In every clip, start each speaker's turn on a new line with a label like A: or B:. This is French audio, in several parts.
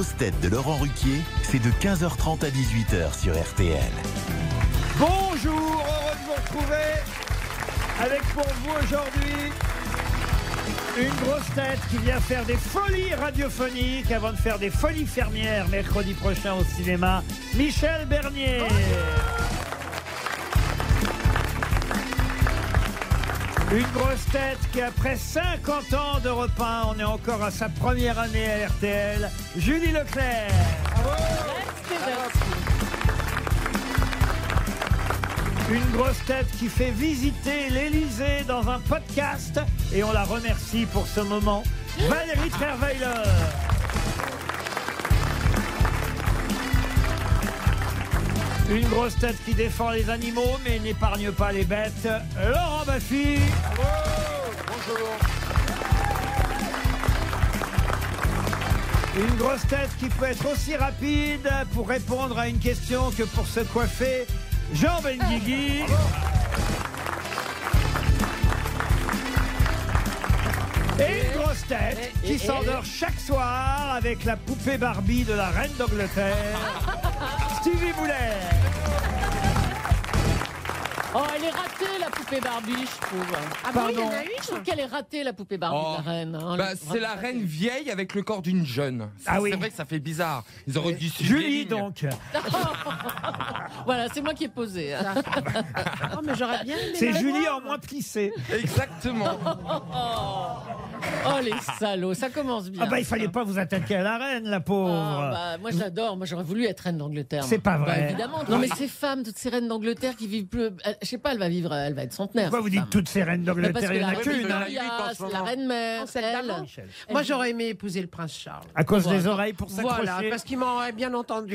A: grosses têtes de Laurent Ruquier, c'est de 15h30 à 18h sur RTL.
B: Bonjour, heureux de vous retrouver avec pour vous aujourd'hui une grosse tête qui vient faire des folies radiophoniques avant de faire des folies fermières mercredi prochain au cinéma, Michel Bernier. Une grosse tête qui, après 50 ans d'Europe 1, on est encore à sa première année à RTL, Julie Leclerc. Une grosse tête qui fait visiter l'Élysée dans un podcast, et on la remercie pour ce moment, Valérie Trierweiler. Une grosse tête qui défend les animaux mais n'épargne pas les bêtes, Laurent Baffy.
C: Bonjour.
B: Une grosse tête qui peut être aussi rapide pour répondre à une question que pour se coiffer, Jean Benguigui. Et une grosse tête qui s'endort chaque soir avec la poupée Barbie de la reine d'Angleterre, Stevie Boulet.
D: Oh, elle est ratée, la poupée Barbie, je trouve.
E: Ah bon, il y en a
D: Je trouve qu'elle est ratée, la poupée Barbie, la reine. Hein.
C: C'est la reine vieille avec le corps d'une jeune.
B: Ah oui.
C: C'est vrai que ça fait bizarre. Ils auraient dû suivre les
B: Julie,
C: lignes.
B: donc.
D: Voilà, c'est moi qui ai posé. Hein.
E: Oh, mais j'aurais bien aimé
B: C'est
E: la
B: Julie
E: voir.
B: en moins plissé.
C: Exactement.
D: Oh, les salauds, ça commence bien.
B: Ah bah il fallait pas vous attaquer à la reine, la pauvre.
D: Ah, bah, moi j'adore, moi j'aurais voulu être reine d'Angleterre.
B: C'est pas
D: Bah,
B: vrai.
D: évidemment. Non mais ces femmes, toutes ces reines d'Angleterre qui vivent plus, je sais pas, elle va être centenaire.
B: Pourquoi vous
D: cette
B: dites
D: femme.
B: toutes ces reines
D: Bah, parce
B: d'Angleterre?
D: que
B: Il y en
D: la
B: a
D: reine
B: qu'une. hein.
D: Victoria, la reine mère,
E: Celle
D: elle.
E: d'avant.
B: Michel.
E: Moi, j'aurais aimé épouser le prince Charles.
B: À cause des
D: Voilà.
B: oreilles pour s'accrocher.
E: Voilà, parce qu'il m'aurait bien entendu.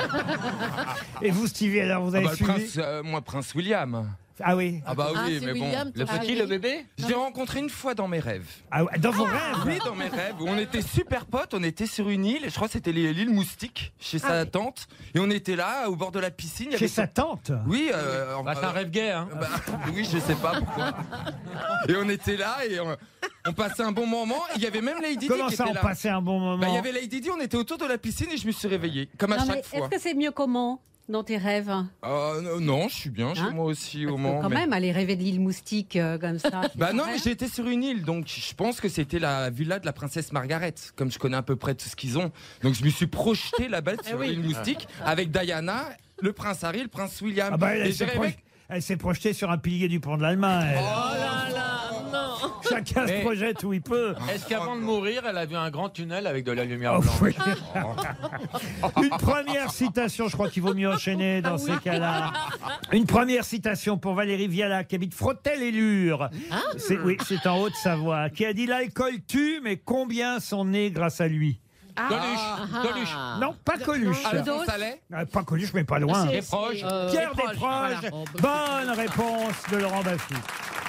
B: Et vous, Stevie, alors vous
C: Ah
B: avez
C: bah,
B: suivi
C: moi, Prince William.
B: Ah oui.
C: Ah bah
D: Ah,
C: oui,
D: c'est
C: mais
D: William,
C: bon.
D: Le petit, le
C: bébé Je l'ai rencontré une fois dans mes rêves.
B: Ah ouais, dans vos rêves.
C: Oui, dans mes rêves. On était super potes, on était sur une île, je crois que c'était l'île Moustique, chez sa tante. Et on était là, au bord de la piscine. il y
B: Chez
C: avait
B: sa tante.
C: Oui,
F: c'est un rêve gay, hein.
C: oui, je sais pas pourquoi. Et on était là et on passait un bon moment. Il y y avait même Lady Di
B: Comment
C: qui
B: ça,
C: était
B: on
C: là.
B: passait un bon moment?
C: Bah, il y avait Lady Di, on était autour de la piscine et je me suis réveillé, comme à
G: Non, mais
C: chaque fois.
G: est-ce que c'est mieux comment dans tes rêves?
C: Non, je suis bien chez
G: Hein
C: moi aussi au
G: Parce que
C: Mans.
G: quand
C: mais-
G: même, aller rêver de l'île Moustique comme ça. c'est
C: Bah non,
G: vrai.
C: mais j'étais sur une île, donc je pense que c'était la villa de la princesse Margaret, comme je connais à peu près tout ce qu'ils ont. Donc je me suis projeté là-bas sur l'île Moustique avec Diana, le prince Harry, le prince William.
B: Ah bah,
C: Et j'ai rêvé-
B: elle s'est projetée sur un pilier du pont de l'Allemagne. elle.
D: Oh là là, non.
B: Chacun se
F: Mais-
B: projette où il peut.
F: Est-ce qu'avant de mourir, elle a vu un grand tunnel avec de la lumière
B: Oh,
F: blanche
B: oui. Une première citation, je crois qu'il vaut mieux enchaîner dans ces cas-là. Une première citation pour Valérie Viala, qui habite Frotel-et-Lure. Oui, c'est en Haute-Savoie. Qui a dit: l'alcool tue, mais combien sont nés grâce à lui?
F: Coluche.
B: Non, pas Coluche.
C: Alphonse Allais.
B: Pas Coluche, mais pas loin.
F: Des proches.
B: Pierre
D: Desproges,
B: Desproges.
D: voilà.
B: Bonne réponse de Laurent Baffy.